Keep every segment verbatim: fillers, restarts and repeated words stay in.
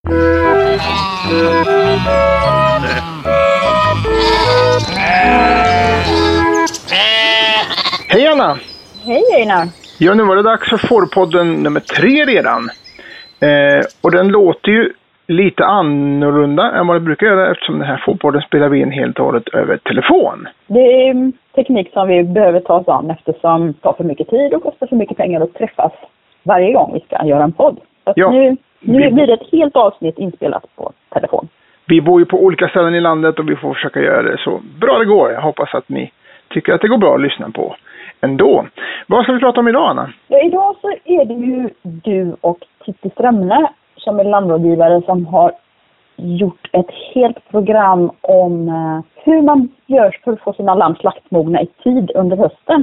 Hej Anna! Hej Einar! Ja, nu var det dags för Fårpodden nummer tre redan. Eh, och den låter ju lite annorlunda än vad det brukar göra eftersom den här Fårpodden spelar vi in helt och hållet över telefon. Det är teknik som vi behöver ta oss an eftersom det tar för mycket tid och kostar för mycket pengar att träffas varje gång vi ska göra en podd. Så ja, nu nu vi... blir det ett helt avsnitt inspelat på telefon. Vi bor ju på olika ställen i landet och vi får försöka göra det så bra det går. Jag hoppas att ni tycker att det går bra att lyssna på ändå. Vad ska vi prata om idag, Anna? Ja, idag så är det ju du och Titti Strömne som är landrådgivare som har gjort ett helt program om hur man gör för att få sina lamm slaktmogna i tid under hösten.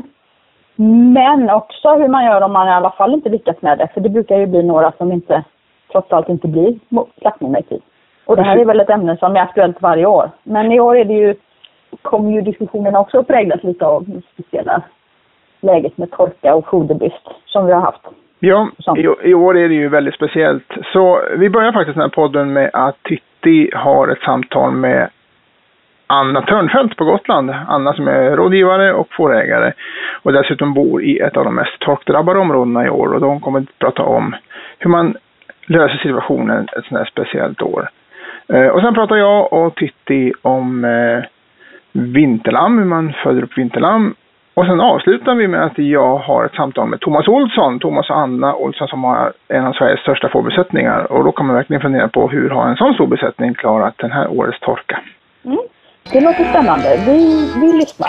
Men också hur man gör om man i alla fall inte lyckas med det. För det brukar ju bli några som inte, trots allt inte blir slaktmogna i tid. Och det här är väl ett ämne som är aktuellt varje år. Men i år är det ju, kommer ju diskussionen också att präglas lite av det speciella läget med torka och foderbrist som vi har haft. Ja, i, i år är det ju väldigt speciellt. Så vi börjar faktiskt den här podden med att Titti har ett samtal med Anna Törnfeldt på Gotland. Anna som är rådgivare och fårägare och dessutom bor i ett av de mest torkdrabbade områdena i år. Och de kommer att prata om hur man löser situationen ett sådant här speciellt år. Eh, och sen pratar jag och Titti om eh, vinterlamm, hur man föder upp vinterlamm. Och sen avslutar vi med att jag har ett samtal med Thomas Olsson, Thomas och Anna Olsson som har en av Sveriges största fårbesättningar. Och då kan man verkligen fundera på hur har en sån stor besättning klarat den här årets torka. Mm. Det låter spännande. Vi, vi lyssnar.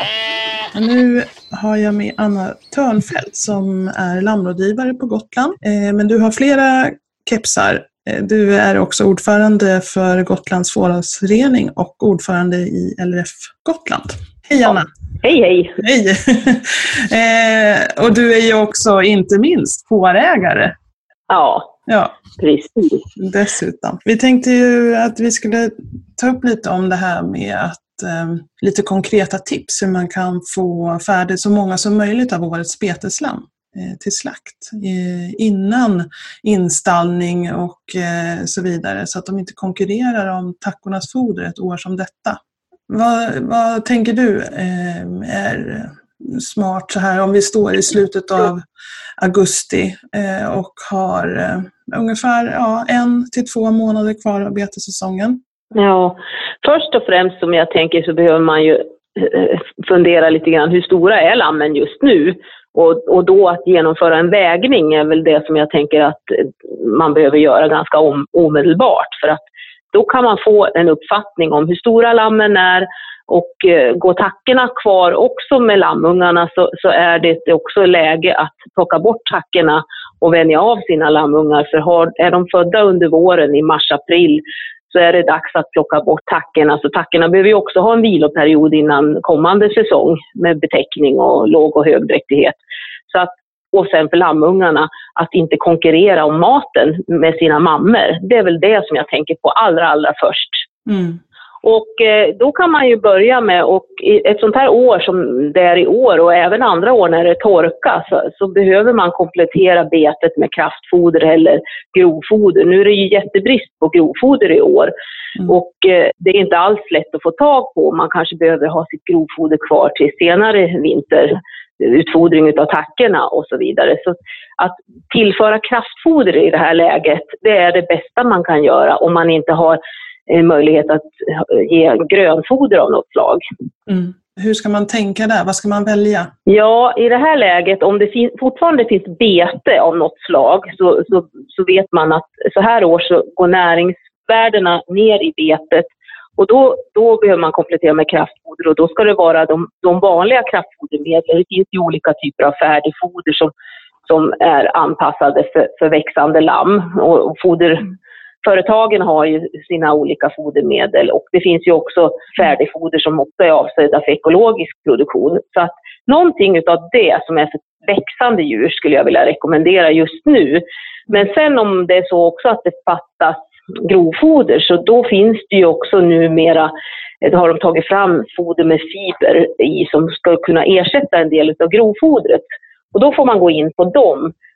Nu har jag med Anna Törnfeldt som är lammrådgivare på Gotland. Eh, men du har flera kepsar. Eh, du är också ordförande för Gotlands fåravelsförening och ordförande i L R F Gotland. Hej Anna! Ja. Hej hej! Hej! eh, och du är ju också inte minst fårägare. Ja, ja, precis. Dessutom. Vi tänkte ju att vi skulle ta upp lite om det här med att eh, lite konkreta tips hur man kan få färdigt så många som möjligt av årets beteslam eh, till slakt eh, innan installning och eh, så vidare så att de inte konkurrerar om tackornas foder ett år som detta. Vad, vad tänker du eh, är smart så här om vi står i slutet av augusti eh, och har eh, ungefär ja, en till två månader kvar av betesäsongen? Ja, först och främst som jag tänker så behöver man ju fundera lite grann hur stora är lammen just nu och, och då att genomföra en vägning är väl det som jag tänker att man behöver göra ganska om, omedelbart för att då kan man få en uppfattning om hur stora lammen är och eh, går tackorna kvar också med lammungarna så, så är det också läge att plocka bort tackorna och vänja av sina lammungar. För har, är de födda under våren i mars-april så är det dags att plocka bort tackorna. Så tackorna behöver ju också ha en viloperiod innan kommande säsong med betäckning och låg- och högdräktighet. Så att och sen för lammungarna att inte konkurrera om maten med sina mammor. Det är väl det som jag tänker på allra, allra först. Mm. Och eh, då kan man ju börja med, och i ett sånt här år som det är i år och även andra år när det torkar så, så behöver man komplettera betet med kraftfoder eller grovfoder. Nu är det ju jättebrist på grovfoder i år mm. och eh, det är inte alls lätt att få tag på. Man kanske behöver ha sitt grovfoder kvar till senare vinter. Utfodring av tackorna och så vidare. Så att tillföra kraftfoder i det här läget, det är det bästa man kan göra om man inte har en möjlighet att ge grönfoder av något slag. Mm. Hur ska man tänka där? Vad ska man välja? Ja, i det här läget, om det fin- fortfarande finns bete av något slag så, så, så vet man att så här år så går näringsvärdena ner i betet. Och då, då behöver man komplettera med kraftfoder och då ska det vara de, de vanliga kraftfodermedlen. Det finns ju olika typer av färdigfoder som, som är anpassade för, för växande lamm. Och, och foderföretagen har ju sina olika fodermedel och det finns ju också färdigfoder som också är avsedda för ekologisk produktion. Så att någonting av det som är för växande djur skulle jag vilja rekommendera just nu. Men sen om det är så också att det fattas grovfoder så då finns det ju också numera, då har de tagit fram foder med fiber i som ska kunna ersätta en del av grovfodret och då får man gå in på dem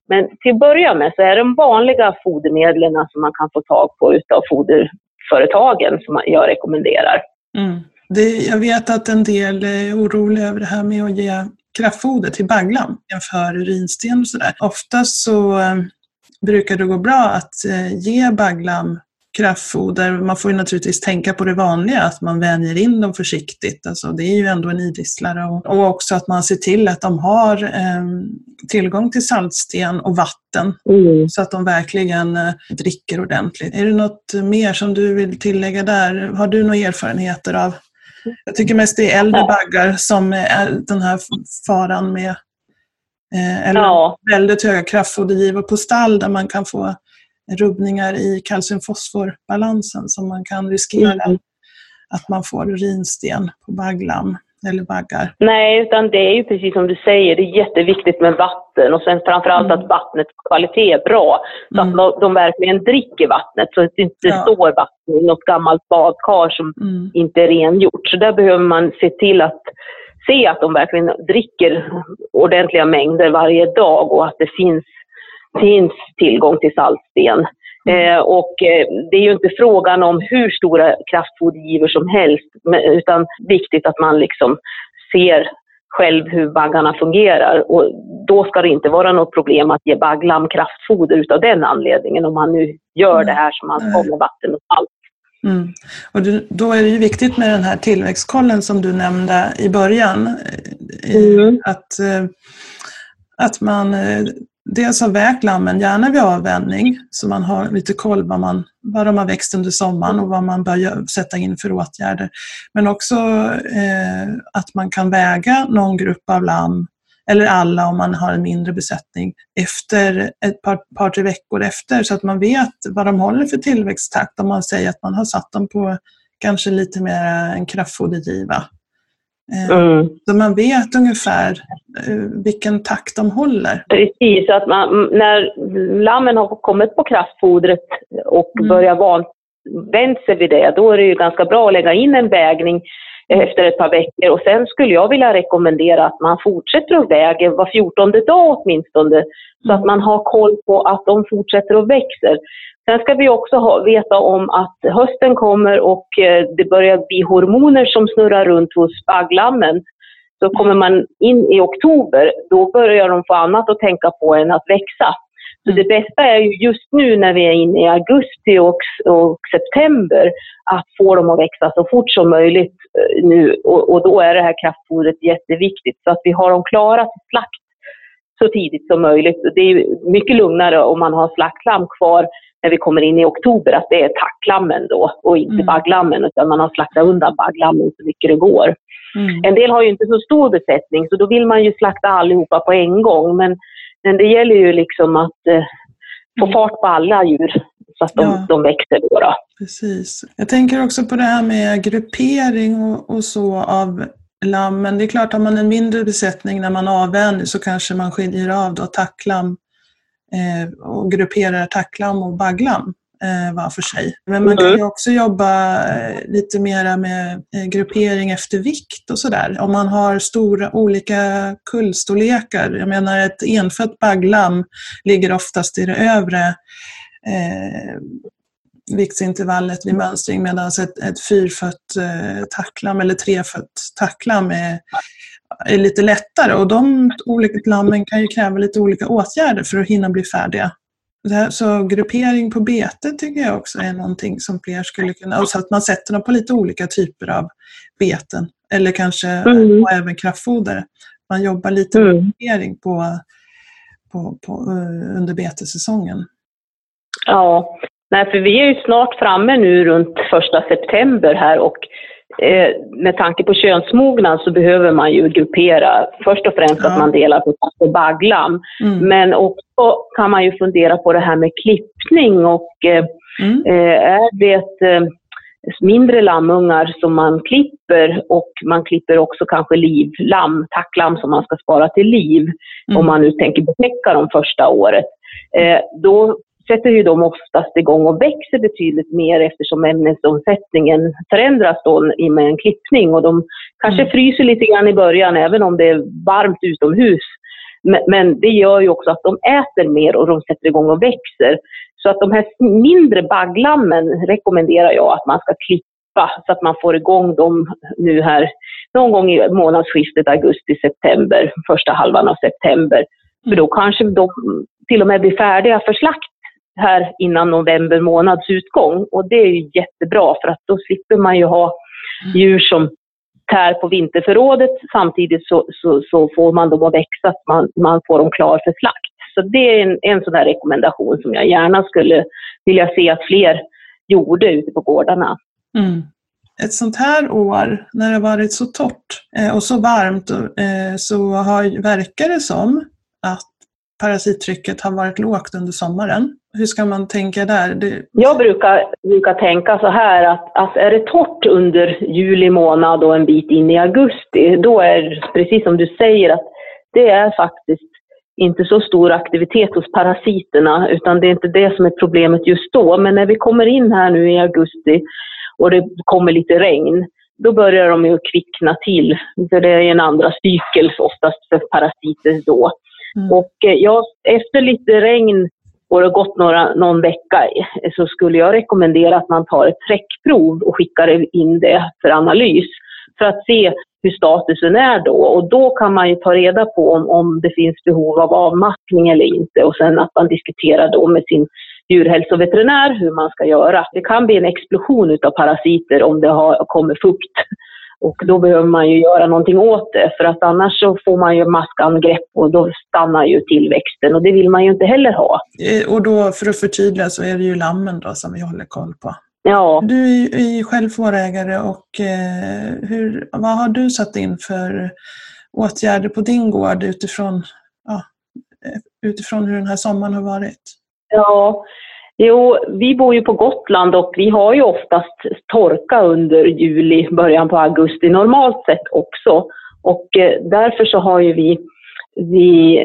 Men till att börja med så är de vanliga fodermedlen som man kan få tag på utav foderföretagen som jag rekommenderar. Mm. Det, jag vet att en del är oroliga över det här med att ge kraftfoder till baglam inför urinsten och sådär. Oftast så eh, brukar det gå bra att eh, ge baglam kraftfoder. Man får ju naturligtvis tänka på det vanliga, att man vänjer in dem försiktigt. Alltså, det är ju ändå en idisslare. Och, och också att man ser till att de har eh, tillgång till saltsten och vatten. Mm. Så att de verkligen eh, dricker ordentligt. Är det något mer som du vill tillägga där? Har du några erfarenheter av? Jag tycker mest det är äldre baggar som är den här faran med eh, eller ja. väldigt höga kraftfodergivor på stall där man kan få rubbningar i kalcium-fosforbalansen som man kan riskera mm. att man får urinsten på bagglam eller baggar. Nej, utan det är ju precis som du säger, det är jätteviktigt med vatten och sen framförallt mm. att vattnets kvalitet är bra så mm. att de verkligen dricker vattnet så att det inte ja. står vatten i något gammalt badkar som mm. inte är rengjort. Så där behöver man se till att se att de verkligen dricker ordentliga mängder varje dag och att det finns finns tillgång till saltsten. Mm. Eh, och eh, det är ju inte frågan om hur stora kraftfodergivor som helst, men, utan viktigt att man liksom ser själv hur baggarna fungerar. Och då ska det inte vara något problem att ge bagglam kraftfoder utav den anledningen om man nu gör mm. det här som man får med vatten och salt. Mm. Och du, då är det ju viktigt med den här tillväxtkollen som du nämnde i början. Mm. Att, att man dels har vägt lammen, gärna vid avvänjning, så man har lite koll vad, man, vad de har växt under sommaren och vad man bör sätta in för åtgärder. Men också eh, att man kan väga någon grupp av lamm, eller alla om man har en mindre besättning, efter ett par, par tre veckor efter, så att man vet vad de håller för tillväxttakt om man säger att man har satt dem på kanske lite mer en kraftfodergiva. Mm. Så man vet ungefär vilken takt de håller. Precis, att man, när lammen har kommit på kraftfodret och mm. börjar vänja sig vid det, då är det ju ganska bra att lägga in en vägning efter ett par veckor. Och sen skulle jag vilja rekommendera att man fortsätter att väga var fjortonde dag åtminstone, så att man har koll på att de fortsätter att växa. Sen ska vi också ha, veta om att hösten kommer och det börjar bli hormoner som snurrar runt hos bagglammen. Så kommer man in i oktober, då börjar de få annat att tänka på än att växa. Så det bästa är ju just nu när vi är inne i augusti och, och september att få dem att växa så fort som möjligt nu. Och, och då är det här kraftfodret jätteviktigt så att vi har dem klara till slakt så tidigt som möjligt. Det är ju mycket lugnare om man har slaktlamm kvar när vi kommer in i oktober, att det är tacklammen då och inte mm. bagglammen, utan man har slaktat undan bagglammen så mycket det går. Mm. En del har ju inte så stor besättning så då vill man ju slakta allihopa på en gång, men, men det gäller ju liksom att eh, få mm. fart på alla djur så att de, ja. de växer då, då. Precis. Jag tänker också på det här med gruppering och, och så av lammen. Det är klart att man har en mindre besättning när man avvänjer så kanske man skiljer av då tacklam eh, och grupperar tacklam och bagglam eh, var för sig. Men man kan ju också jobba eh, lite mera med eh, gruppering efter vikt och sådär. Om man har stora olika kullstorlekar. Jag menar ett enfött bagglam ligger oftast i det övre eh, viktsintervallet vid mönstring, medan ett, ett fyrfött eh, tacklam eller trefött tacklam är, är lite lättare. Och de olika lammen kan ju kräva lite olika åtgärder för att hinna bli färdiga. Det här, så gruppering på bete tycker jag också är någonting som fler skulle kunna... Och så att man sätter dem på lite olika typer av beten. Eller kanske mm. och även kraftfoder. Man jobbar lite med gruppering på, på, på, under betesäsongen. Ja. Nej, för vi är ju snart framme nu runt första september här och eh, med tanke på könsmognad så behöver man ju gruppera först och främst ja. att man delar på tack och bagglam. Mm. Men också kan man ju fundera på det här med klippning och eh, mm. eh, är det eh, mindre lammungar som man klipper och man klipper också kanske livlamm, tacklam som man ska spara till liv mm. om man nu tänker betäcka dem första året. Eh, då sätter ju de oftast igång och växer betydligt mer eftersom ämnesomsättningen förändras då med en klippning och de kanske mm. fryser lite grann i början även om det är varmt utomhus. Men, men det gör ju också att de äter mer och de sätter igång och växer. Så att de här mindre bagglammen rekommenderar jag att man ska klippa så att man får igång dem nu här någon gång i månadsskiftet augusti-september, första halvan av september. För då kanske de till och med blir färdiga för slakt här innan november månads utgång. Och det är ju jättebra för att då slipper man ju ha djur som tär på vinterförrådet. Samtidigt så, så, så får man dem att växa, man, man får dem klar för slakt. Så det är en, en sån där rekommendation som jag gärna skulle vilja se att fler gjorde ute på gårdarna. Mm. Ett sånt här år när det har varit så torrt och så varmt så har, verkar det som att parasittrycket har varit lågt under sommaren. Hur ska man tänka där? Det... Jag brukar, brukar tänka så här att, att är det torrt under juli månad och en bit in i augusti, då är precis som du säger att det är faktiskt inte så stor aktivitet hos parasiterna, utan det är inte det som är problemet just då. Men när vi kommer in här nu i augusti och det kommer lite regn, då börjar de ju kvickna till. För det är en andra cykel oftast för parasiter då. Mm. Och ja, efter lite regn och det har gått några, någon vecka så skulle jag rekommendera att man tar ett träckprov och skickar in det för analys för att se hur statusen är då. Och då kan man ju ta reda på om, om det finns behov av avmattning eller inte. Och sen att man diskuterar då med sin djurhälsoveterinär hur man ska göra. Det kan bli en explosion utav parasiter om det har kommit fukt. Och då behöver man ju göra någonting åt det. För att annars så får man ju maskangrepp och då stannar ju tillväxten. Och det vill man ju inte heller ha. Och då för att förtydliga så är det ju lammen då som vi håller koll på. Ja. Du är ju själv fårägare och eh, hur, vad har du satt in för åtgärder på din gård utifrån, ja, utifrån hur den här sommaren har varit? Ja, jo, vi bor ju på Gotland och vi har ju oftast torka under juli, början på augusti normalt sett också. Och eh, därför så har ju vi, vi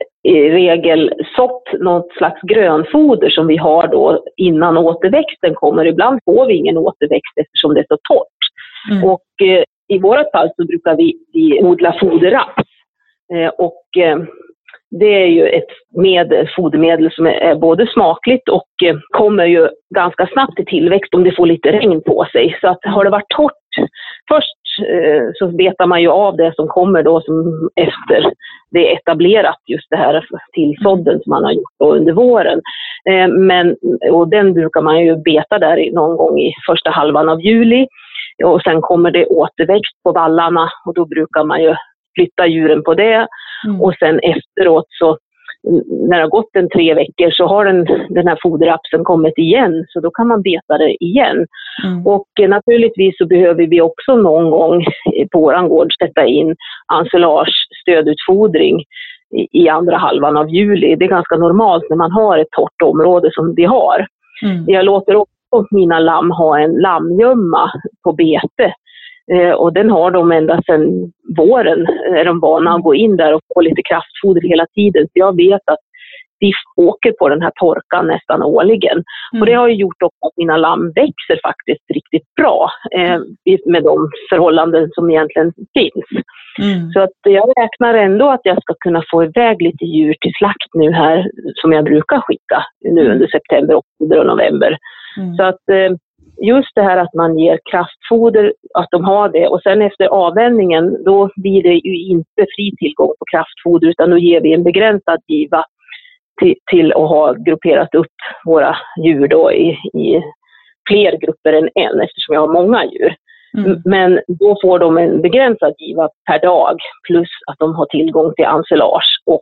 i regel sått något slags grönfoder som vi har då innan återväxten kommer. Ibland får vi ingen återväxt eftersom det är så torrt. Mm. Och eh, i vårat fall så brukar vi, vi odla foderraps. Eh, och eh, det är ju ett med, fodermedel som är både smakligt och eh, kommer ju ganska snabbt till tillväxt om det får lite regn på sig. Så att har det varit torrt först eh, så betar man ju av det som kommer då som efter det är etablerat, just det här tillsådden som man har gjort då under våren. Eh, men, och den brukar man ju beta där någon gång i första halvan av juli. Och sen kommer det återväxt på vallarna och då brukar man ju flytta djuren på det. Mm. Och sen efteråt så när det har gått en tre veckor så har den, den här foderrapsen kommit igen. Så då kan man beta det igen. Mm. Och eh, naturligtvis så behöver vi också någon gång på våran gård sätta in ensilage stödutfodring i, i andra halvan av juli. Det är ganska normalt när man har ett torrt område som vi har. Mm. Jag låter också mina lamm ha en lammgömma på bete. Eh, och den har de ända sedan våren, är de vana att gå in där och få lite kraftfoder hela tiden. Så jag vet att vi åker på den här torkan nästan årligen. Mm. Och det har ju gjort också att mina lamm växer faktiskt riktigt bra eh, med de förhållanden som egentligen finns. Mm. Så att jag räknar ändå att jag ska kunna få iväg lite djur till slakt nu här som jag brukar skicka nu under september, oktober och november. Mm. Så att eh, just det här att man ger kraftfoder, att de har det. Och sen efter avvänjningen, då blir det ju inte fri tillgång på kraftfoder utan då ger vi en begränsad giva till, till att ha grupperat upp våra djur då i, i fler grupper än en eftersom jag har många djur. Mm. Men då får de en begränsad giva per dag plus att de har tillgång till ensilage och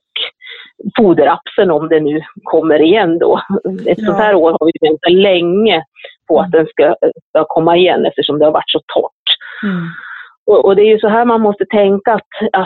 foderrapsen om det nu kommer igen då. Ett ja. sånt här år har vi väntat länge på att den ska, ska komma igen eftersom det har varit så torrt. Mm. Och, och det är ju så här man måste tänka att, att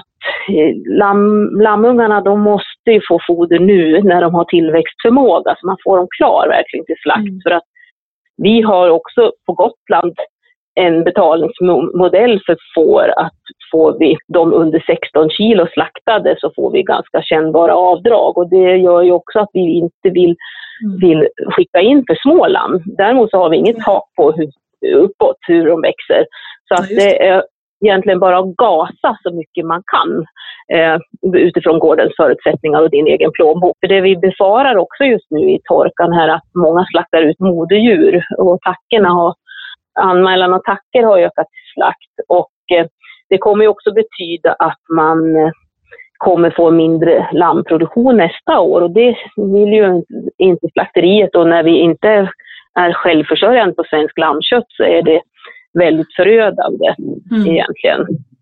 lam, lammungarna de måste ju få foder nu när de har tillväxtförmåga så man får dem klar verkligen till slakt. Mm. För att vi har också på Gotland en betalningsmodell för får att får vi dem under sexton kilo slaktade så får vi ganska kännbara avdrag och det gör ju också att vi inte vill, vill skicka in för små lamm. Däremot så har vi inget tak på hur, uppåt hur de växer. Så att det är egentligen bara gasa så mycket man kan eh, utifrån gårdens förutsättningar och din egen plånbok. För det vi befarar också just nu i torkan här att många slaktar ut moderdjur och tackorna har, anmälan och tackor har ökat till slakt och eh, det kommer ju också betyda att man eh, kommer få mindre lammproduktion nästa år och det vill ju inte slakteriet och när vi inte är självförsörjande på svensk lammkött så är det väldigt förödande mm. egentligen.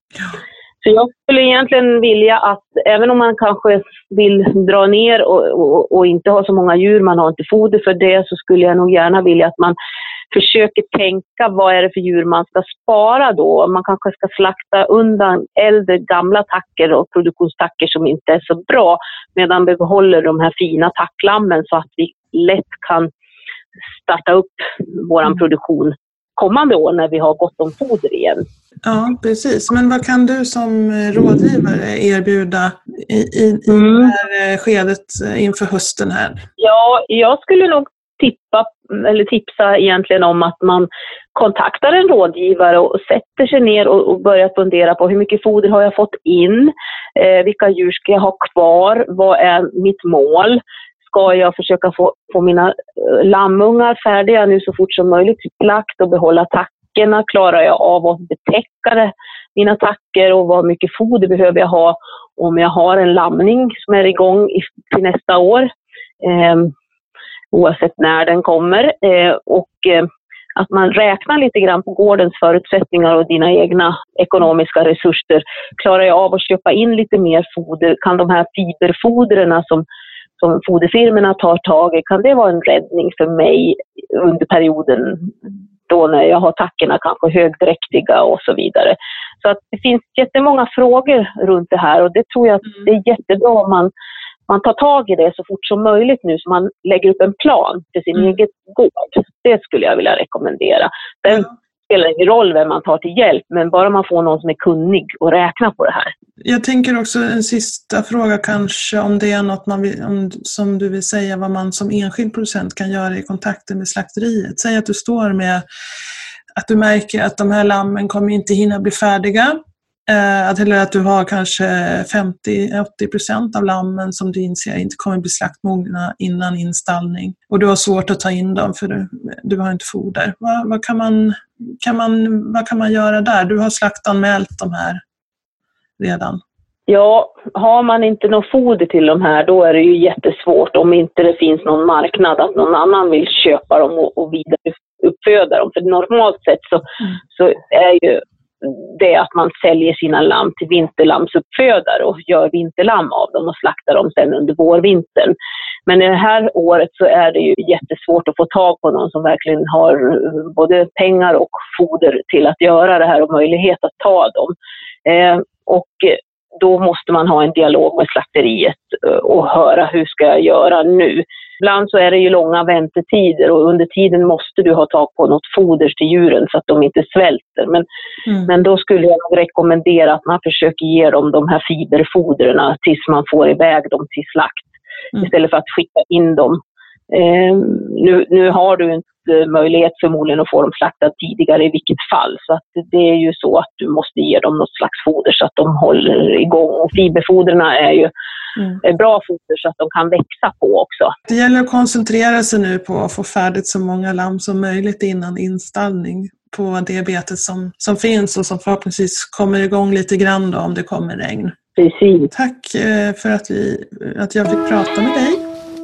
Så jag skulle egentligen vilja att även om man kanske vill dra ner och, och, och inte ha så många djur, man har inte foder för det, så skulle jag nog gärna vilja att man försöker tänka vad är det för djur man ska spara då. Man kanske ska slakta undan äldre gamla tacker och produktionstacker som inte är så bra medan vi behåller de här fina tacklammen så att vi lätt kan starta upp våran mm. produktion kommande år när vi har gott om foder igen. Ja, precis. Men vad kan du som rådgivare erbjuda i, i, i mm. det här skedet inför hösten här? Ja, jag skulle nog tippa, eller tipsa egentligen om att man kontaktar en rådgivare och sätter sig ner och, och börjar fundera på hur mycket foder har jag fått in, eh, vilka djur ska jag ha kvar, vad är mitt mål? Ska jag försöka få, få mina lammungar färdiga nu så fort som möjligt till slakt och behålla tackorna? Klarar jag av att betäcka mina tacker och vad mycket foder behöver jag ha om jag har en lamning som är igång i, till nästa år? Eh, oavsett när den kommer. Eh, och eh, att man räknar lite grann på gårdens förutsättningar och dina egna ekonomiska resurser. Klarar jag av att köpa in lite mer foder? Kan de här fiberfoderna som som foderfirmerna tar tag i, kan det vara en räddning för mig under perioden då när jag har tackorna kanske högdräktiga och så vidare. Så att det finns jättemånga frågor runt det här och det tror jag att det är jättebra om man, man tar tag i det så fort som möjligt nu så man lägger upp en plan för sin mm. egen gård. Det skulle jag vilja rekommendera. Den spelar ingen roll vem man tar till hjälp men bara man får någon som är kunnig och räkna på det här. Jag tänker också en sista fråga kanske om det är något man vill, om, som du vill säga vad man som enskild producent kan göra i kontakten med slakteriet. Säg att du står med att du märker att de här lammen kommer inte hinna bli färdiga. Eh, att, eller att du har kanske femtio till åttio procent av lammen som du inser inte kommer bli slaktmogna innan installning. Och du har svårt att ta in dem för du, du har inte foder. Vad, vad, kan man, kan man, vad kan man göra där? Du har slaktanmält de här redan. Ja, har man inte något foder till de här då är det ju jättesvårt om inte det finns någon marknad att någon annan vill köpa dem och, och vidare uppföda dem. För normalt sett så, mm. så är ju det att man säljer sina lamm till vinterlamsuppfödare och gör vinterlamm av dem och slaktar dem sen under vårvintern. Men i det här året så är det ju jättesvårt att få tag på någon som verkligen har både pengar och foder till att göra det här och möjlighet att ta dem. Eh, och då måste man ha en dialog med slakteriet och höra hur ska jag göra nu. Ibland så är det ju långa väntetider och under tiden måste du ha tag på något foder till djuren så att de inte svälter. Men, mm. men då skulle jag rekommendera att man försöker ge dem de här fiberfoderna tills man får iväg dem till slakt. Mm. Istället för att skicka in dem. Eh, nu, nu har du inte möjlighet förmodligen att få dem slaktade tidigare i vilket fall. Så att det är ju så att du måste ge dem något slags foder så att de håller igång. Och fiberfoderna är ju mm. är bra foder så att de kan växa på också. Det gäller att koncentrera sig nu på att få färdigt så många lamm som möjligt innan installning på det betet som, som finns och som förhoppningsvis kommer igång lite grann då om det kommer regn. Precis. Tack för att, vi, att jag fick prata med dig.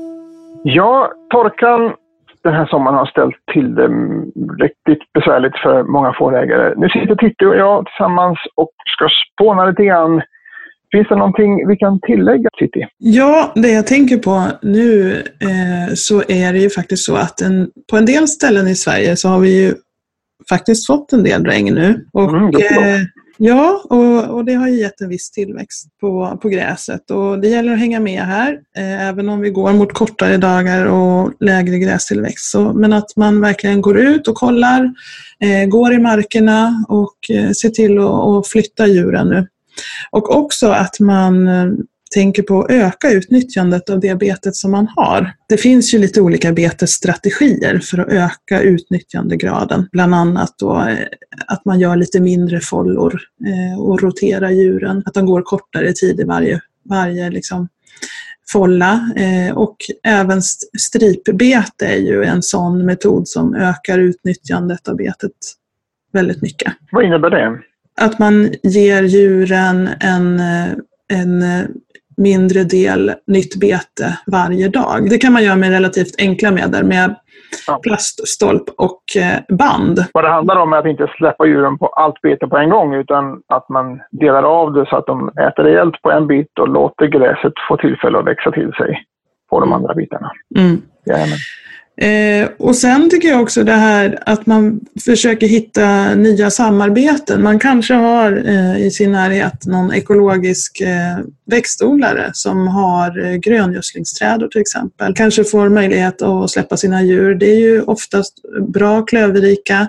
Ja, torkan den här sommaren har ställt till det riktigt besvärligt för många fårägare. Nu sitter Titti och jag tillsammans och ska spåna lite grann. Finns det någonting vi kan tillägga, Titti? Ja, det jag tänker på nu eh, så är det ju faktiskt så att en, på en del ställen i Sverige så har vi ju faktiskt fått en del regn nu. Och, mm, eh, ja, och, och det har ju gett en viss tillväxt på, på gräset. Och det gäller att hänga med här, eh, även om vi går mot kortare dagar och lägre grästillväxt. Så, men att man verkligen går ut och kollar, eh, går i markerna och eh, ser till att, att flytta djuren nu. Och också att man tänker på att öka utnyttjandet av det betet som man har. Det finns ju lite olika betesstrategier för att öka utnyttjandegraden. Bland annat då att man gör lite mindre follor och roterar djuren. Att de går kortare tid i varje, varje liksom folla. Och även stripbete är ju en sån metod som ökar utnyttjandet av betet väldigt mycket. Vad innebär det? Att man ger djuren en, en mindre del nytt bete varje dag. Det kan man göra med relativt enkla medel, med ja. plaststolp och band. Vad det handlar om är att inte släppa djuren på allt bete på en gång, utan att man delar av det så att de äter rejält på en bit och låter gräset få tillfälle att växa till sig på de andra bitarna. Mm. Jajamän. Eh, och sen tycker jag också det här att man försöker hitta nya samarbeten. Man kanske har eh, i sin närhet någon ekologisk eh, växtodlare som har eh, gröngödslingsträdor till exempel. Kanske får möjlighet att släppa sina djur. Det är ju oftast bra klöverrika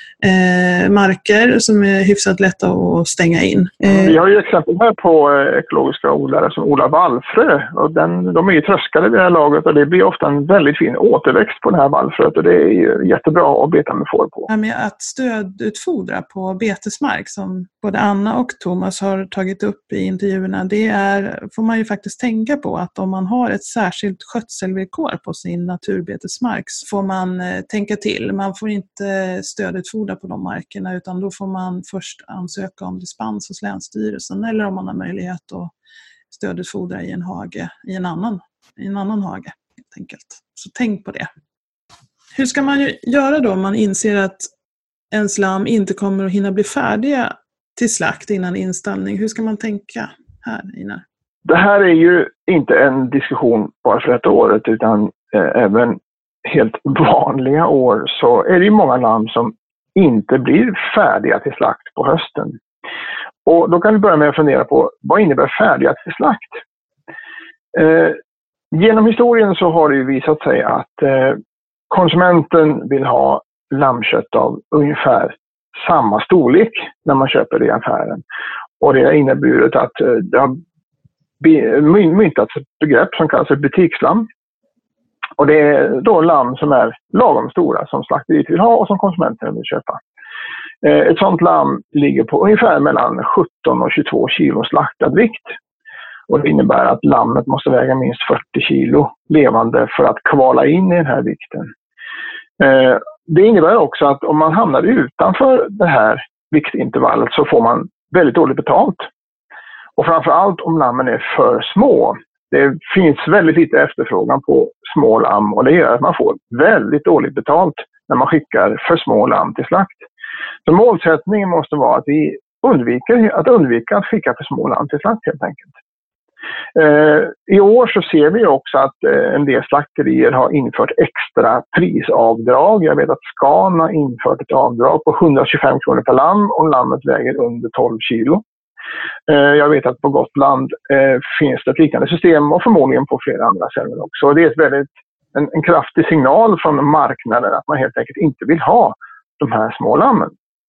eh, marker som är hyfsat lätta att stänga in. Eh. Vi har ju exempel här på eh, ekologiska odlare som odlar vallfrö. Och den, de är ju tröskade vid det här laget och det blir ofta en väldigt fin återväxt på det här vallfröet och det är ju jättebra att beta med får på. Ja, med att stödutfodra på betesmark som både Anna och Thomas har tagit upp i intervjuerna, det är, får man ju faktiskt tänka på att om man har ett särskilt skötselvillkor på sin naturbetesmark så får man eh, tänka till. Man får inte stödutfodra på de markerna utan då får man först ansöka om dispens hos Länsstyrelsen eller om man har möjlighet att stödutfodra i en hage, i en annan, i en annan hage helt enkelt. Så tänk på det. Hur ska man göra då om man inser att ens lamm inte kommer att hinna bli färdiga till slakt innan installning? Hur ska man tänka här, Ina? Det här är ju inte en diskussion bara för ett året utan eh, även helt vanliga år så är det ju många lamm som inte blir färdiga till slakt på hösten. Och då kan vi börja med att fundera på vad innebär färdiga till slakt? Eh, genom historien så har det ju visat sig att eh, konsumenten vill ha lammkött av ungefär samma storlek när man köper det i affären. Och det har inneburit att eh, det har myntats ett begrepp som kallas butikslamm. Och det är då lamm som är lagom stora som slakteriet vill ha och som konsumenten vill köpa. Ett sånt lamm ligger på ungefär mellan sjutton och tjugotvå kilo slaktad vikt. Och det innebär att lammet måste väga minst fyrtio kilo levande för att kvala in i den här vikten. Det innebär också att om man hamnar utanför det här viktintervallet så får man väldigt dåligt betalt. Och framförallt om lammen är för små. Det finns väldigt lite efterfrågan på små lamm och det gör att man får väldigt dåligt betalt när man skickar för små lamm till slakt. Så målsättningen måste vara att vi undviker att, undvika att skicka för små lamm till slakt helt enkelt. Eh, I år så ser vi också att eh, en del slakterier har infört extra prisavdrag. Jag vet att Scan har infört ett avdrag på hundratjugofem kronor per lamm om lammet väger under tolv kilo. Jag vet att på Gotland eh, finns det ett liknande system och förmodligen på flera andra ställen också. Och det är ett väldigt, en, en kraftig signal från marknaden att man helt enkelt inte vill ha de här små lammen.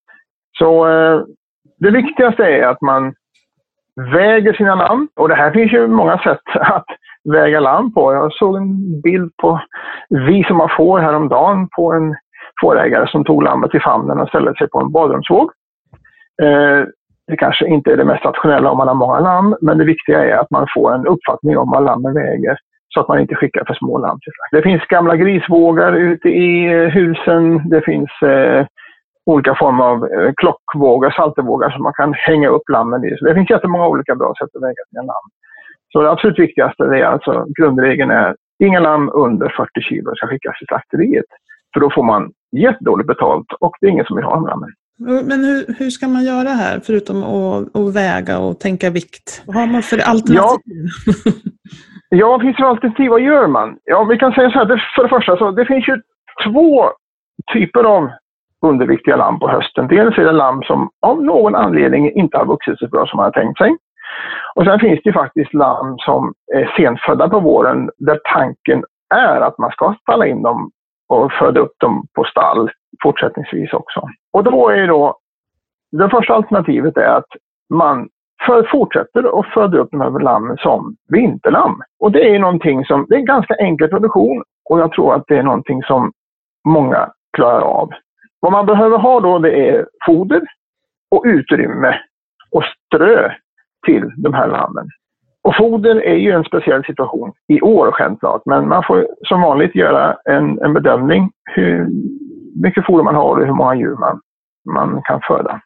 Så eh, det viktigaste är att man väger sina lamm. Och det här finns ju många sätt att väga lamm på. Jag såg en bild på vi som har får häromdagen på en fårägare som tog lammet i famnen och ställde sig på en badrumsvåg. Eh, Det kanske inte är det mest rationella om man har många lamm, men det viktiga är att man får en uppfattning om vad lammen väger så att man inte skickar för små lamm till slakt. Det finns gamla grisvågar ute i husen, det finns eh, olika former av eh, klockvågar, saltervågar som man kan hänga upp lammen i. Så det finns jättemånga olika bra sätt att väga sina lamm. Så det absolut viktigaste är alltså, grundregeln är inga lamm under fyrtio kilo ska skickas till slakteriet. För då får man jättedåligt betalt och det är ingen som vill ha de lammen. Men hur, hur ska man göra här förutom att, att väga och tänka vikt? Vad har man för alternativ? Ja, ja vad finns det för alternativ? Vad gör man? Ja, vi kan säga så här, för det första så det finns ju två typer av underviktiga lamm på hösten. Dels är det lamm som av någon anledning inte har vuxit så bra som man har tänkt sig. Och sen finns det ju faktiskt lamm som är senfödda på våren där tanken är att man ska stalla in dem och föda upp dem på stall fortsättningsvis också. Och då är då, det första alternativet är att man för fortsätter att föda upp de här lammen som vinterlamm. Och det är någonting som, det är en ganska enkel produktion och jag tror att det är någonting som många klarar av. Vad man behöver ha då, det är foder och utrymme och strö till de här lammen. Och foder är ju en speciell situation i år självklart, men man får som vanligt göra en, en bedömning hur mycket foder man har och hur många djur man, man kan föda.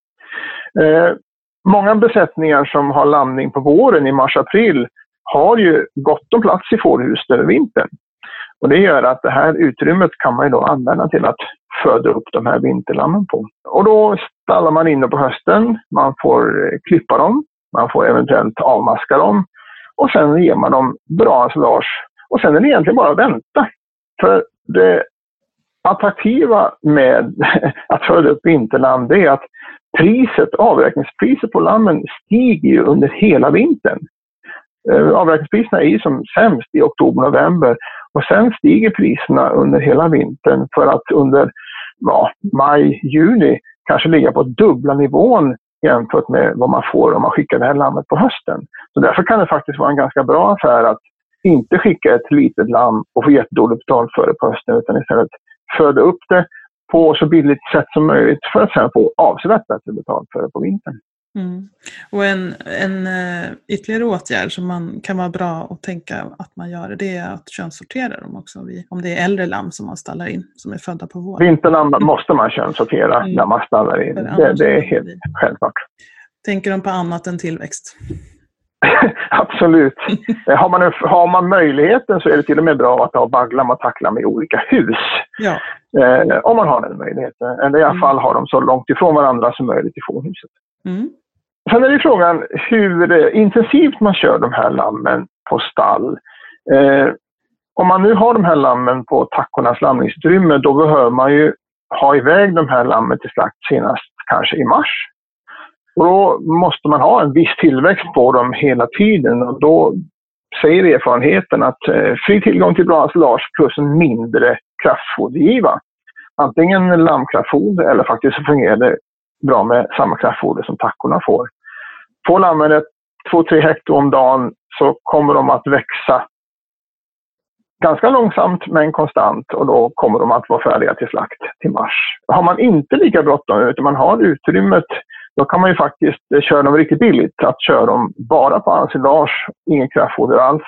Eh, många besättningar som har lamning på våren i mars-april har ju gott om plats i fårhuset över vintern. Och det gör att det här utrymmet kan man ju då använda till att föda upp de här vinterlammen på. Och då stallar man inne på hösten, man får klippa dem, man får eventuellt avmaska dem och sen ger man dem bra ensilage. Och sen är det egentligen bara att vänta. För det attraktiva med att föda upp vinterlamm, det är att priset, avräkningspriset på lammen stiger ju under hela vintern. Avräkningspriserna är ju som sämst i oktober-november och sen stiger priserna under hela vintern för att under ja, maj, juni kanske ligga på dubbla nivån jämfört med vad man får om man skickar det här lammet på hösten. Så därför kan det faktiskt vara en ganska bra affär att inte skicka ett litet lamm och få jättedåligt betalt för det på hösten utan istället föda upp det på så billigt sätt som möjligt för att sedan få avsevärt bättre betalt för det på vintern. Mm. Och en, en ytterligare åtgärd som man kan vara bra att tänka att man gör det är att könssortera dem också. Om det är äldre lamm som man stallar in som är födda på våren. Vinterlamm måste man könssortera mm. när man stallar in. Det, det är helt självklart. Tänker de på annat än tillväxt? Absolut. har, man, har man möjligheten så är det till och med bra att ha baglam och tacklam i olika hus. Ja. Eh, om man har den möjligheten. Eller i alla fall har de så långt ifrån varandra som möjligt i fårhuset. Mm. Sen är det frågan hur intensivt man kör de här lammen på stall. Eh, om man nu har de här lammen på tackornas lamningsutrymme, då behöver man ju ha iväg de här lammen till slakt senast kanske i mars. Och då måste man ha en viss tillväxt på dem hela tiden och då säger erfarenheten att eh, fri tillgång till bra ensilage plus en mindre kraftfodergiva. Antingen lammkraftfoder eller faktiskt så fungerar det bra med samma kraftfoder som tackorna får. Får lammen ett två till tre hektar om dagen så kommer de att växa ganska långsamt men konstant och då kommer de att vara färdiga till slakt till mars. Har man inte lika bråttom utan man har utrymmet, då kan man ju faktiskt köra dem riktigt billigt. Att köra dem bara på ensilage, ingen kraftfoder alls.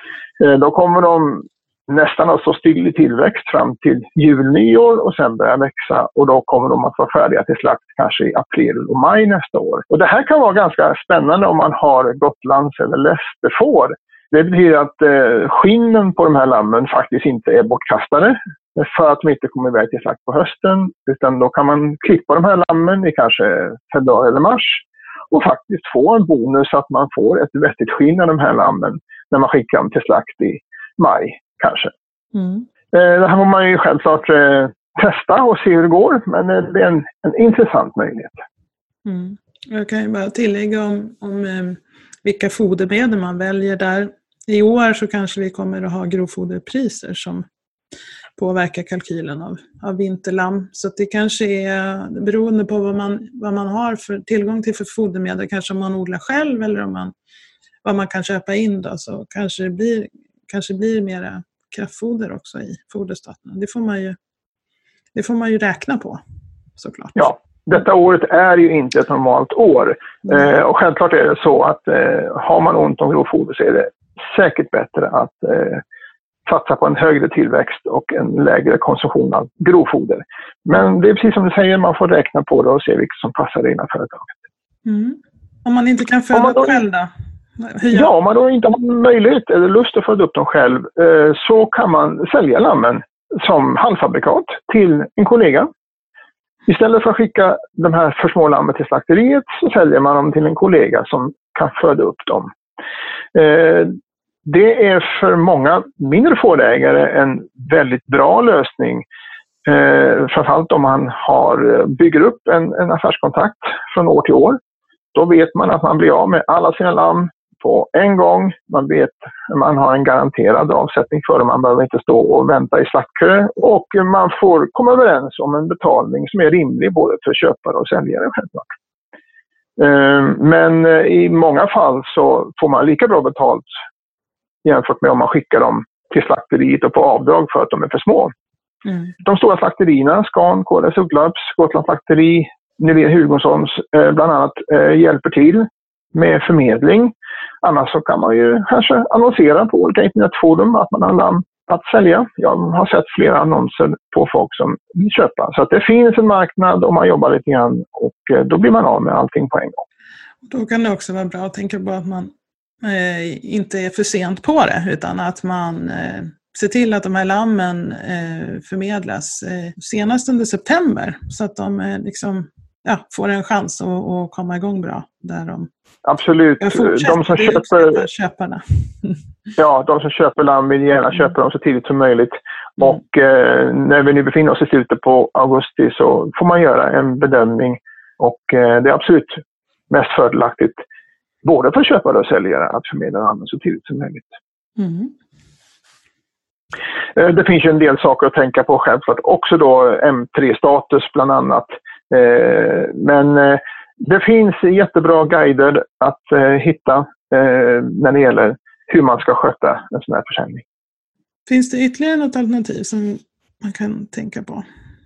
Då kommer de nästan att stå still i tillväxt fram till jul, nyår och sen börja växa och då kommer de att vara färdiga till slakt kanske i april och maj nästa år. Och det här kan vara ganska spännande om man har Gotlands eller Lästerfår. Det betyder att eh, skinnen på de här lammen faktiskt inte är bortkastade för att de inte kommer iväg till slakt på hösten, utan då kan man klippa de här lammen i kanske februari eller mars och faktiskt få en bonus att man får ett vettigt skinn av de här lammen när man skickar dem till slakt i maj kanske. Mm. Eh, det här får man ju självklart eh, testa och se hur det går, men eh, det är en, en intressant möjlighet. Mm. Jag kan ju bara tillägga om, om eh, vilka fodermedel man väljer där. I år så kanske vi kommer att ha grovfoderpriser som påverkar kalkylen av, av vinterlamm. Så att det kanske är beroende på vad man, vad man har för tillgång till för fodermedel. Kanske om man odlar själv eller om man, vad man kan köpa in då. Så kanske det blir, kanske blir mera kraftfoder också i foderstaten. Det får man ju, det får man ju räkna på såklart. Ja. Detta året är ju inte ett normalt år. Mm. Eh, och självklart är det så att eh, har man ont om grovfoder så är det säkert bättre att eh, satsa på en högre tillväxt och en lägre konsumtion av grovfoder. Men det är precis som du säger, man får räkna på det och se vilket som passar det ena företaget. Mm. Om man inte kan föda upp själv då? Ja, om man då inte har möjlighet eller lust att föda upp dem själv eh, så kan man sälja lammen som halvfabrikat till en kollega. Istället för att skicka de här för små lammen till slakteriet så säljer man dem till en kollega som kan föda upp dem. Eh, det är för många mindre fårägare en väldigt bra lösning. Eh, framförallt om man har, bygger upp en, en affärskontakt från år till år. Då vet man att man blir av med alla sina lamm på en gång. Man vet att man har en garanterad avsättning för det. Man behöver inte stå och vänta i slaktkö. Och man får komma överens om en betalning som är rimlig både för köpare och säljare självklart. Men i många fall så får man lika bra betalt jämfört med om man skickar dem till slakteriet och på avdrag för att de är för små. Mm. De stora slakterierna, Scan, K D S Ugglarps, Gotlands slakteri, Nivea Hugonssons bland annat hjälper till med förmedling. Annars så kan man ju kanske annonsera på olika internetforum att man har lamm att sälja. Jag har sett flera annonser på folk som vill köpa. Så att det finns en marknad och man jobbar lite grann och då blir man av med allting på en gång. Då kan det också vara bra att tänka på att man eh, inte är för sent på det utan att man eh, ser till att de här lammen eh, förmedlas eh, senast under september så att de eh, liksom, ja, får en chans att, att komma igång bra där de Absolut. De som köper köparna. Ja, de som köper lamm vill gärna köpa dem så tidigt som möjligt. Mm. Och eh, när vi nu befinner oss i slutet på augusti så får man göra en bedömning och eh, det är absolut mest fördelaktigt både för köpare och säljare att förmedla lammen så tidigt som möjligt. Mm. Eh, det finns ju en del saker att tänka på självklart. Också då M tre-status bland annat. Eh, men eh, det finns jättebra guider att eh, hitta eh, när det gäller hur man ska sköta en sån här försäljning. Finns det ytterligare något alternativ som man kan tänka på?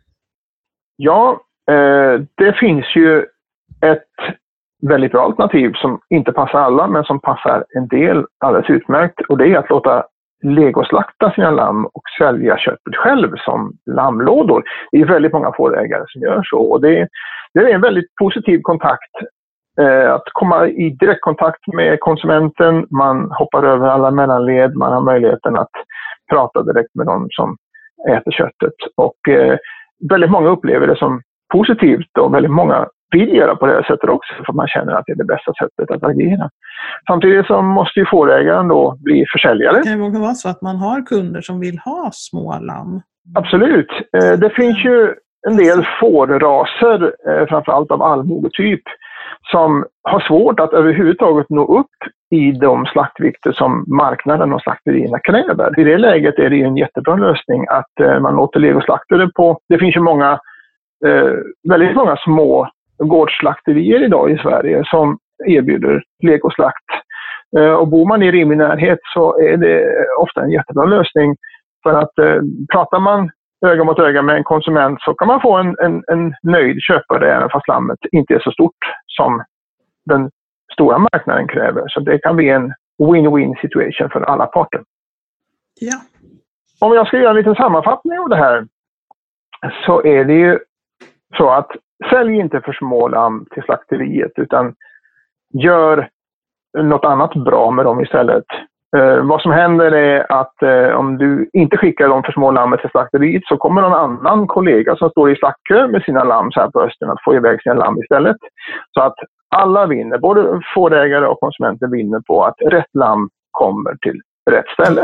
Ja, eh, det finns ju ett väldigt bra alternativ som inte passar alla men som passar en del alldeles utmärkt. Och det är att låta legoslakta sina lamm och sälja köttet själv som lammlådor. Det är väldigt många fårägare som gör så och det, det är en väldigt positiv kontakt. Eh, att komma i direktkontakt med konsumenten, man hoppar över alla mellanled, man har möjligheten att prata direkt med de som äter köttet. Och eh, väldigt många upplever det som positivt och väldigt många vill göra på det här sättet också för att man känner att det är det bästa sättet att agera. Samtidigt så måste ju fårägaren då bli försäljare. Det kan ju vara så att man har kunder som vill ha små lamm. Absolut. Eh, det finns ju en del fårraser, eh, framförallt av allmogetyp, som har svårt att överhuvudtaget nå upp i de slaktvikter som marknaden och slakterierna kräver. I det läget är det ju en jättebra lösning att eh, man låter legoslaktare på. Det finns ju många, eh, väldigt många små gårdsslakterier idag i Sverige som erbjuder legoslakt. Eh, och bor man i rimlig närhet så är det ofta en jättebra lösning för att eh, pratar man öga mot öga med en konsument så kan man få en, en, en nöjd köpare även fast lammet inte är så stort som den stora marknaden kräver. Så det kan bli en win-win situation för alla parter. Ja. Om jag ska göra en liten sammanfattning av det här så är det ju så att sälj inte för små lamm till slakteriet utan gör något annat bra med dem istället. Eh, vad som händer är att eh, om du inte skickar dem för små lammet till slakteriet så kommer någon annan kollega som står i slaktkö med sina lamm så här på hösten att få iväg sina lamm istället. Så att alla vinner, både fårägare och konsumenter vinner på att rätt lamm kommer till rätt ställe.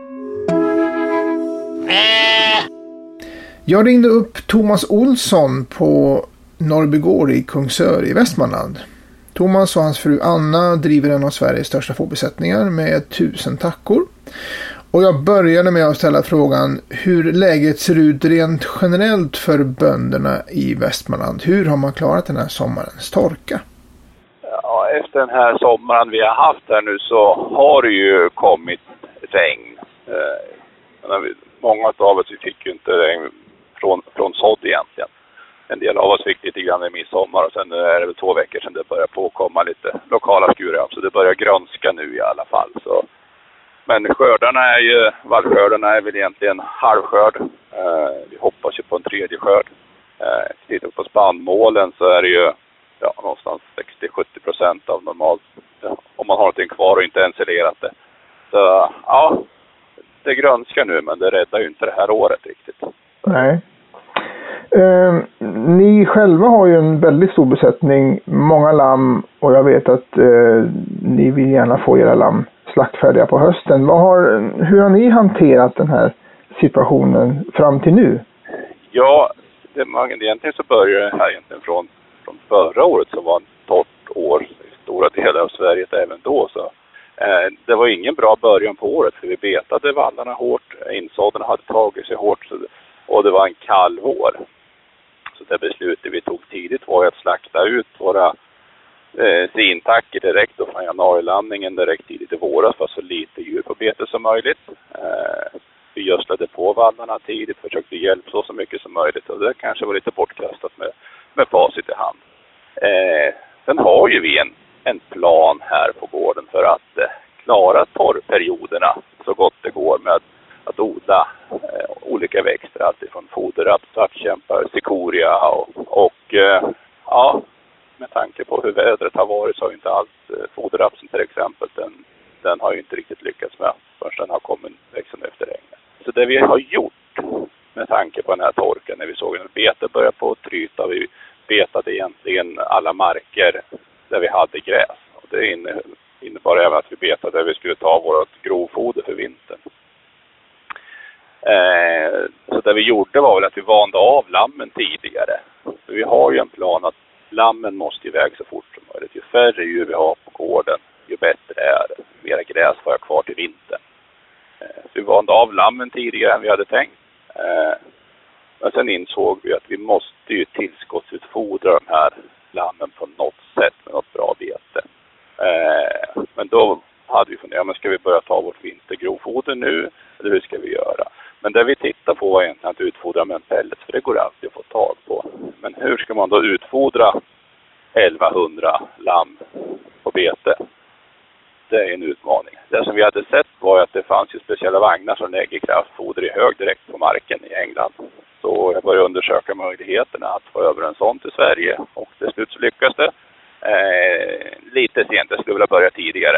Jag ringde upp Thomas Olsson på Norrbygård i Kungsör i Västmanland. Thomas och hans fru Anna driver en av Sveriges största fårbesättningar med tusen tackor. Och jag började med att ställa frågan hur läget ser ut rent generellt för bönderna i Västmanland. Hur har man klarat den här sommarens torka? Ja, efter den här sommaren vi har haft här nu så har det ju kommit regn. Eh, många av oss fick ju inte regn från, från sådd egentligen. En del av oss fick lite grann i midsommar och sen är det väl två veckor sedan det börjar påkomma lite lokala skurar. Så det börjar grönska nu i alla fall. Så. Men skördarna är ju, vallskördarna är väl egentligen halvskörd. Eh, vi hoppas ju på en tredje skörd. Eh, tittar på spannmålen så är det ju ja, någonstans sextio till sjuttio procent av normalt. Ja, om man har någonting kvar och inte ensilerat det. Så ja, det grönskar nu men det räddar ju inte det här året riktigt. Nej. Eh, ni själva har ju en väldigt stor besättning, många lamm och jag vet att eh, ni vill gärna få era lamm slaktfärdiga på hösten. Vad har, hur har ni hanterat den här situationen fram till nu? Ja, det, man, egentligen så börjar det här egentligen från, från förra året som var en torrt år i stora delar av Sverige även då. Så, eh, det var ingen bra början på året för vi betade vallarna hårt, insåddarna hade tagit sig hårt så, och det var en kall vår. Så det beslutet vi tog tidigt var att slakta ut våra eh, sintacker direkt då från januarilandningen direkt tidigt i våras för så lite djur på bete som möjligt. Eh, vi gödslade på vallarna tidigt, försökte hjälpa så, så mycket som möjligt och det kanske var lite bortkastat med, med facit i hand. Eh, sen har ju vi en, en plan här på gården för att eh, klara torrperioderna så gott det går med att odla eh, olika växter, alltifrån foderraps, svartkämpar, cikoria och, och eh, ja, med tanke på hur vädret har varit så har ju inte alls eh, foderrapsen till exempel, den, den har ju inte riktigt lyckats med förrän den har kommit växande efter regnet. Så det vi har gjort med tanke på den här torken när vi såg en bete börja på att tryta, vi betade egentligen alla marker där vi hade gräs och det inne, innebar även att vi betade där vi skulle ta vårt grovfoder för vintern. Eh, så det vi gjorde var väl att vi vande av lammen tidigare. För vi har ju en plan att lammen måste iväg så fort som möjligt. Ju färre djur vi har på gården, ju bättre är det. Mera gräs får jag kvar till vintern. Eh, så vi vande av lammen tidigare än vi hade tänkt. Eh, men sen insåg vi att vi måste ju tillskottsutfodra de här lammen på något sätt med något bra bete. Eh, men då hade vi funderat, men ska vi börja ta vårt vintergrovfoder nu? Eller hur ska vi göra? Men det vi tittar på var egentligen att utfodra med en pellet, för det går alltid att få tag på. Men hur ska man då utfodra elvahundra lamm på bete? Det är en utmaning. Det som vi hade sett var att det fanns ju speciella vagnar som lägger kraftfoder i hög direkt på marken i England. Så jag började undersöka möjligheterna att få över en sån till Sverige och till slut så lyckas det. Eh, lite sent, jag skulle vilja börja tidigare.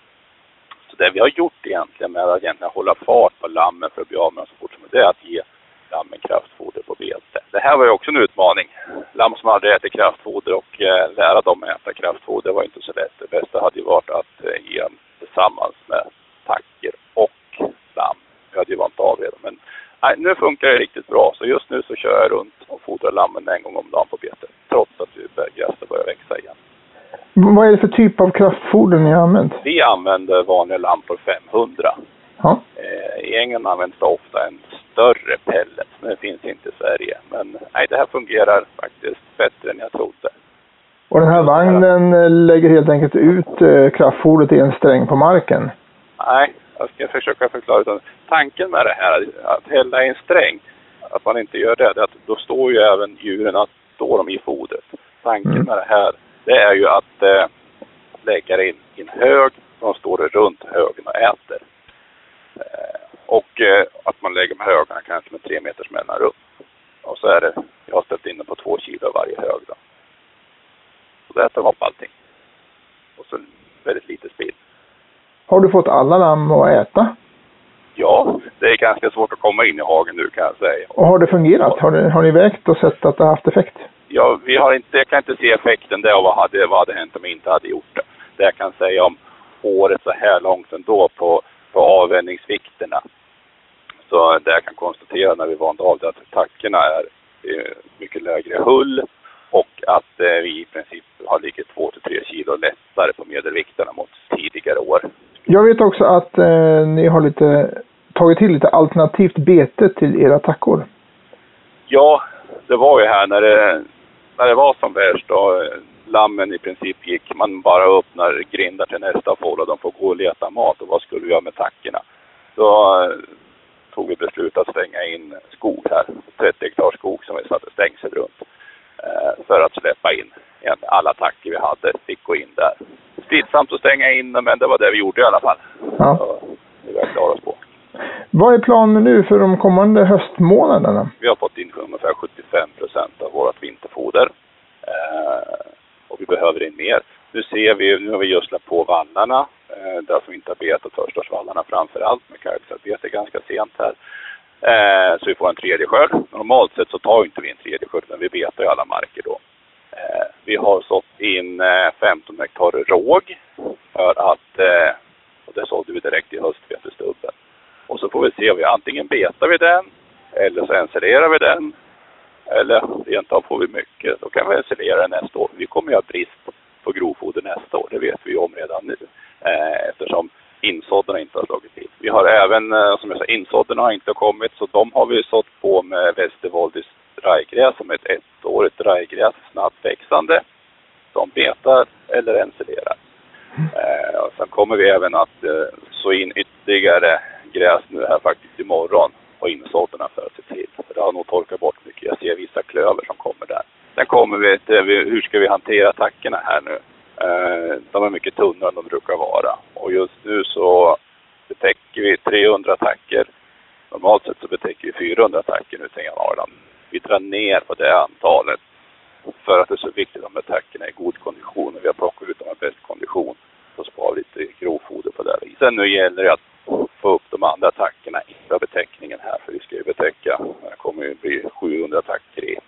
Så det vi har gjort egentligen med att egentligen hålla fart på lammen för att bli av med så fort som det är att ge lammen kraftfoder på bete. Det här var ju också en utmaning. Lamm som aldrig äter kraftfoder och eh, lära dem att äta kraftfoder var inte så lätt. Det bästa hade ju varit att eh, ge dem tillsammans med tacker och lamm. Jag hade ju vant av redan. Men nej, nu funkar det riktigt bra. Så just nu så kör jag runt och fodrar lammen en gång om dagen på bete. Trots att gräset börjar växa igen. Vad är det för typ av kraftfoder ni har använt? Vi använder vanliga lampor femhundra. Ja. I England används det ofta en större pellet, men det finns inte i Sverige. Men nej, det här fungerar faktiskt bättre än jag trodde. Och den här vagnen lägger helt enkelt ut kraftfodret i en sträng på marken? Nej, jag ska försöka förklara. Tanken med det här, att hälla i en sträng, att man inte gör det, är att då står ju även djuren att står de i fodret. Tanken mm. med det här, det är ju att eh, lägga det in i en hög, de står det runt högen och äter. Eh, och eh, att man lägger med högarna kanske med tre meters mellanrum. Och så är det, jag har ställt in den på två kilo varje hög då. Och det äter upp allting. Och så väldigt lite spill. Har du fått alla lamm att äta? Ja, det är ganska svårt att komma in i hagen nu kan jag säga. Och har det fungerat? Har, det, har ni vägt och sett att det har haft effekt? Ja, vi har inte, jag kan inte se effekten där och vad hade, vad hade hänt om vi inte hade gjort det. Det jag kan säga om året så här långt ändå på, på avvändningsvikterna. Så det jag kan konstatera när vi vande av det att tackorna är mycket lägre hull och att eh, vi i princip har ligger två till tre kilo lättare på medelvikterna mot tidigare år. Jag vet också att eh, ni har lite, tagit till lite alternativt bete till era tackor. Ja, det var ju här när det, när det var som värst och lammen i princip gick, man bara öppnar grindar till nästa fåll och de får gå och leta mat och vad skulle vi göra med tackorna? Så eh, tog vi beslut att stänga in skog här, trettio hektar skog som vi satte stängsel runt eh, för att släppa in alla tackor vi hade, fick gå in där. Slitsamt att stänga in, men det var det vi gjorde i alla fall. Ja. Så det var klara oss på. Vad är planen nu för de kommande höstmånaderna? Vi har fått in ungefär sjuttiofem procent av vårt vinterfoder. Eh, och vi behöver in mer. Nu ser vi, nu har vi gödslat på vallarna. Eh, där som vi inte har betat förstaårsvallarna framför allt med kalksalbete ganska sent här. Eh, så vi får en tredje skörd. Normalt sett så tar inte vi en tredje skörd, men vi betar ju alla marker då. Eh, vi har sått in eh, femton hektar råg för att, eh, och det sålde vi direkt i höstvetestubben. Och så får vi se om vi antingen betar vi den, eller så ensilerar vi den, eller rent av får vi mycket. Då kan vi ensilera den nästa år. Vi kommer ju ha brist på grovfoder nästa år, det vet vi om redan nu. Eh, eftersom insådderna inte har slagit till. Vi har även, eh, som jag sa, insådderna har inte kommit, så de har vi sått på med Västervoldis rajgräs som är ett ettårigt rajgräs, snabbt växande. De betar eller ensilerar. Eh, och sen kommer vi även att eh, så in ytterligare gräs nu här faktiskt imorgon och insådderna för att se till. För det har nog torkat bort mycket. Jag ser vissa klöver som kommer där. Sen kommer vi till hur ska vi hantera attackerna här nu. Eh, de är mycket tunnare än de brukar vara. Och just nu så betäcker vi trehundra attacker. Normalt sett så betäcker vi fyrahundra attacker nu till Norrland. Vi drar ner på det antalet för att det är så viktigt att attackerna är i god kondition. Och vi har plockat ut dem i bäst kondition. Så sparar vi lite grovfoder på det viset. Sen nu gäller det att få upp de andra attackerna inför betäckningen här. För vi ska ju betäcka, det kommer ju bli sjuhundra attacker i,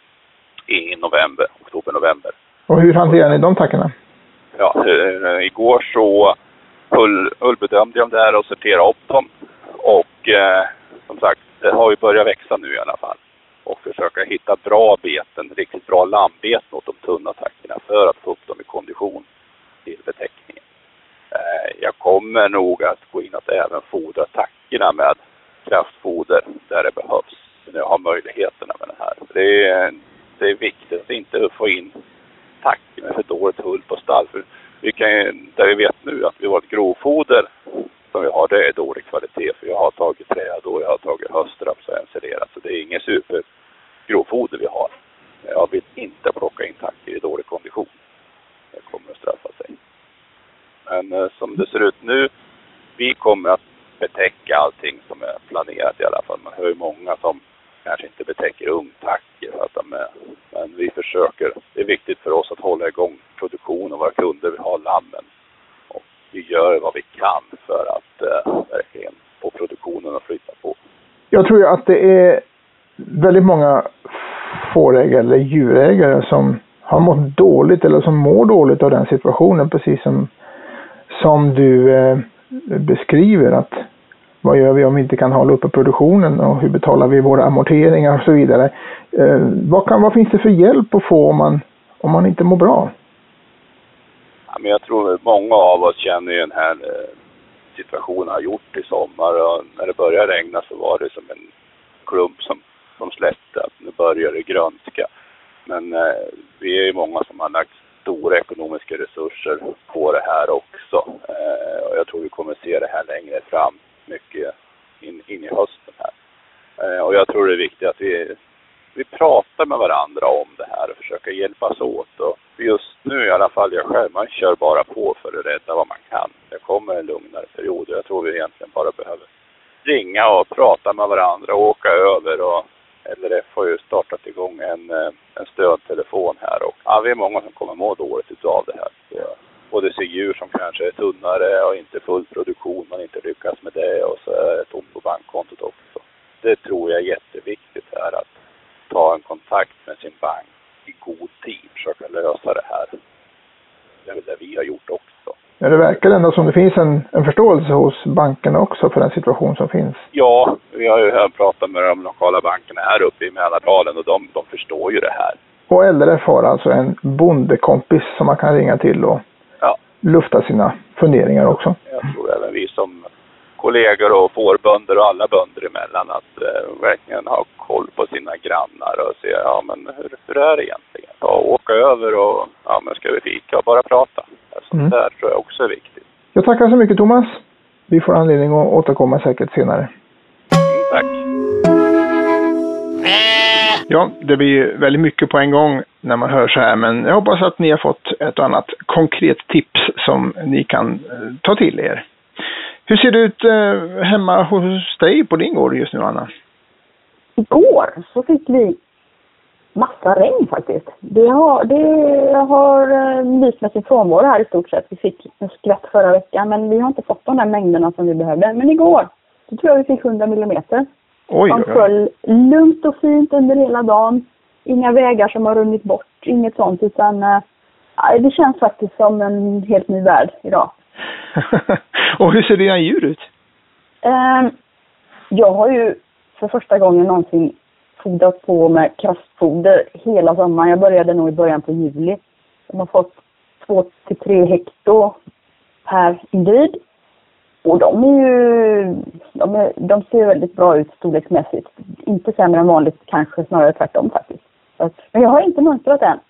i november, oktober-november. Och hur hanterar ni de attackerna? Ja, äh, igår så hull, hullbedömde jag det här och sorterade upp dem. Och äh, som sagt, det har ju börjat växa nu i alla fall. Och försöka hitta bra beten, riktigt bra lammbeten åt de tunna attackerna för att få upp dem i kondition till betäckningen. Äh, jag kommer nog att gå in att även fodra attackerna med kraftfoder där det behövs. När jag har möjligheterna med det här. Det är, det är viktigt att inte få in attacker med för dåligt hull på stall. För vi kan ju, där vi vet nu att vi har ett grovfoder som vi har, det är dålig kvalitet. För jag har tagit träd och jag har tagit höstraps och ensilerat. Så det är ingen super grovfoder vi har. Jag vill inte plocka in attacker i dålig kondition. Det kommer att straffa sig. Men eh, som det ser ut nu, vi kommer att betäcka allting som är planerat i alla fall. Man hör ju många som kanske inte betäcker ungtacker. För att de är, men vi försöker. Det är viktigt för oss att hålla igång produktion och våra kunder vill ha lammen. Och vi gör vad vi kan för att eh, verkligen få produktionen att flytta på. Jag tror ju att det är väldigt många fårägare eller djurägare som har mått dåligt eller som mår dåligt av den situationen, precis som, som du eh, beskriver. Att vad gör vi om vi inte kan hålla uppe produktionen och hur betalar vi våra amorteringar och så vidare. Eh, vad, kan, vad finns det för hjälp att få om man, om man inte mår bra? Ja, men jag tror att många av oss känner ju den här eh, situationen har gjort i sommar. Och när det började regna så var det som en klump som, som släppte. Att nu börjar det grönska. Men eh, vi är ju många som har lagt stora ekonomiska resurser på det här också. Eh, och jag tror vi kommer se det här längre fram. Mycket in, in i hösten här. Eh, och jag tror det är viktigt att vi, vi pratar med varandra om det här och försöker hjälpas åt. Och just nu i alla fall, jag själv, man kör bara på för att rädda vad man kan. Det kommer en lugnare period och jag tror vi egentligen bara behöver ringa och prata med varandra och åka över. Och L R F har ju startat igång en, en stödtelefon här och ja, vi är många som kommer må dåligt utav det här. Så, både ser djur som kanske är tunnare och inte full produktion, man inte lyckas med det och så är det tomt på bankkontot också. Det tror jag är jätteviktigt här att ta en kontakt med sin bank i god tid, försöka lösa det här. Det är väl det vi har gjort också. Ja, det verkar ändå som det finns en, en förståelse hos bankerna också för den situation som finns. Ja, vi har ju här pratat med de lokala bankerna här uppe i Mälardalen och de, de förstår ju det här. Och L R F har alltså en bondekompis som man kan ringa till och ja. lufta sina funderingar också. Jag tror även vi som kollegor och fårbönder och alla bönder emellan att eh, verkligen ha koll på sina grannar och se, ja men hur, hur är det egentligen? Ja, åka över och, ja men ska vi fika och bara prata. Alltså, mm. Det där tror jag också är viktigt. Jag tackar så mycket Thomas. Vi får anledning att återkomma säkert senare. Mm, tack. Ja, det blir väldigt mycket på en gång när man hör så här, men jag hoppas att ni har fått ett annat konkret tips som ni kan eh, ta till er. Hur ser det ut eh, hemma hos dig på din gård just nu, Anna? Igår så fick vi massa regn faktiskt. Det har, det har eh, lyst med sin frånvaro här i stort sett. Vi fick en skvätt förra veckan, men vi har inte fått de där mängderna som vi behövde. Men igår så tror jag vi fick hundra millimeter. Oj, Man föll lugnt och fint under hela dagen. Inga vägar som har runnit bort, inget sånt. Utan äh, det känns faktiskt som en helt ny värld idag. Och hur ser dina djur ut? Äh, jag har ju för första gången någonsin fodrat på med kraftfoder hela sommaren. Jag började nog i början på juli. De har fått två till tre hekto per individ. Och de är ju, de, är, de ser väldigt bra ut storleksmässigt. Inte sämre än vanligt, kanske snarare tvärtom faktiskt. Så, men jag har inte mönstrat än.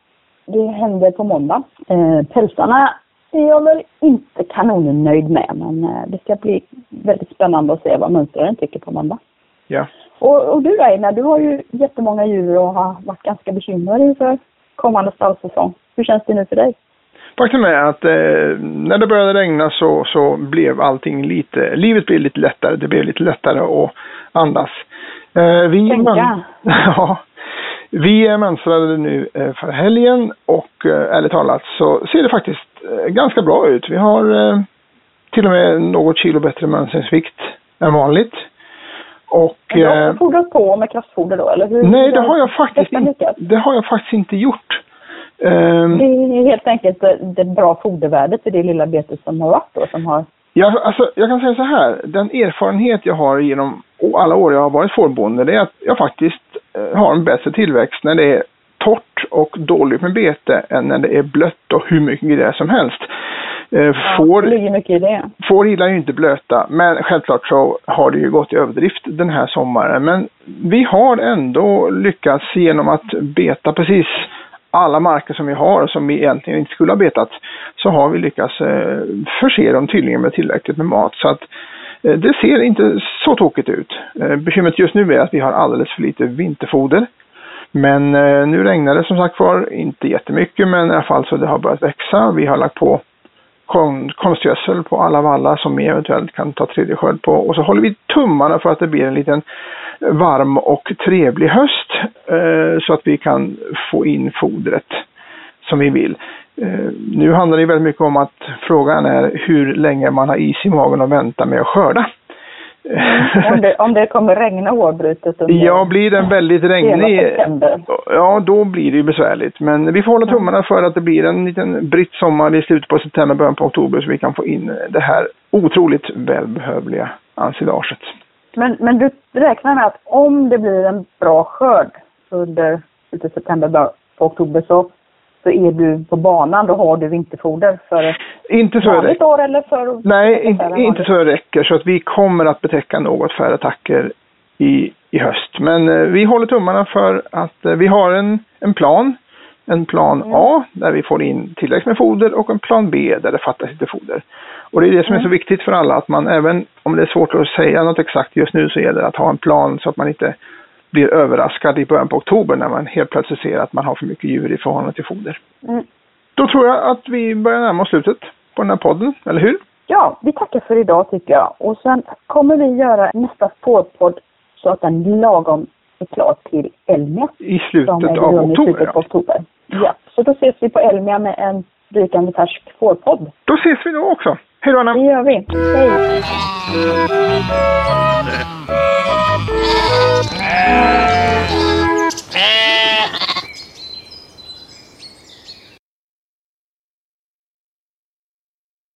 det händer på måndag. Eh, pälsarna är jag väl inte kanonnöjd med, men eh, det ska bli väldigt spännande att se vad mönstraren tycker på måndag. Ja. Och, och du Einar, du har ju jättemånga djur och har varit ganska bekymrad inför kommande stallsäsong. Hur känns det nu för dig? Faktum är att eh, när det började regna så, så blev allting lite, livet blev lite lättare, det blev lite lättare att andas. Eh, vi, man, ja, vi är mönstrade nu eh, för helgen och eh, ärligt talat så ser det faktiskt eh, ganska bra ut. Vi har eh, till och med något kilo bättre mönstringsvikt än vanligt. Och, du har eh, fodrat på med kraftfoder då, eller hur? Nej, det har jag faktiskt, in, det har jag faktiskt inte gjort. Um, det är helt enkelt det, det bra fodervärdet i det lilla betet som har varit då, som har... Ja, alltså jag kan säga så här, den erfarenhet jag har genom alla år jag har varit fårbonde, det är att jag faktiskt eh, har en bättre tillväxt när det är torrt och dåligt med bete än när det är blött och hur mycket det är som helst. Eh, får, ja, det ligger mycket i det. Får gillar ju inte blöta, men självklart så har det ju gått i överdrift den här sommaren. Men vi har ändå lyckats genom att beta precis alla marker som vi har som vi egentligen inte skulle ha betat, så har vi lyckats eh, förse dem tydligen med tillräckligt med mat. Så att eh, det ser inte så tokigt ut. Eh, bekymret just nu är att vi har alldeles för lite vinterfoder. Men eh, nu regnar det som sagt var inte jättemycket, men i alla fall så det har börjat växa. Vi har lagt på kon- konstgödsel på alla vallar som vi eventuellt kan ta tredje skörd på. Och så håller vi tummarna för att det blir en liten varm och trevlig höst eh, så att vi kan få in fodret som vi vill. Eh, nu handlar det väldigt mycket om att frågan är hur länge man har is i magen och vänta med att skörda. om, det, om det kommer regna oavbrutet under ja, blir den väldigt regnig, ja då blir det ju besvärligt. Men vi får hålla tummarna för att det blir en liten britt sommar i slutet på september, början på oktober, så vi kan få in det här otroligt välbehövliga ensilaget. Men, men du räknar med att om det blir en bra skörd under slutet september, början på oktober, så så är du på banan, då har du vinterfoder för ett inte så vanligt år eller för... Nej, inte, inte så det räcker, så att vi kommer att betäcka något färre attacker i, i höst. Men eh, vi håller tummarna för att eh, vi har en, en plan, en plan mm. A där vi får in tillräckligt med foder och en plan B där det fattas lite foder. Och det är det som mm. är så viktigt för alla, att man även om det är svårt att säga något exakt just nu, så gäller det att ha en plan så att man inte blir överraskad i början på oktober när man helt plötsligt ser att man har för mycket djur i förhållande till foder. Mm. Då tror jag att vi börjar närma oss slutet på den här podden, eller hur? Ja, vi tackar för idag tycker jag. Och sen kommer vi göra nästa fårpodd så att den lagom är klar till Elmia. I slutet av oktober, i slutet av oktober. Ja. ja, så då ses vi på Elmia med en rykande färsk fårpodd. Då ses vi då också. Hej då Anna! Det gör vi. Hej!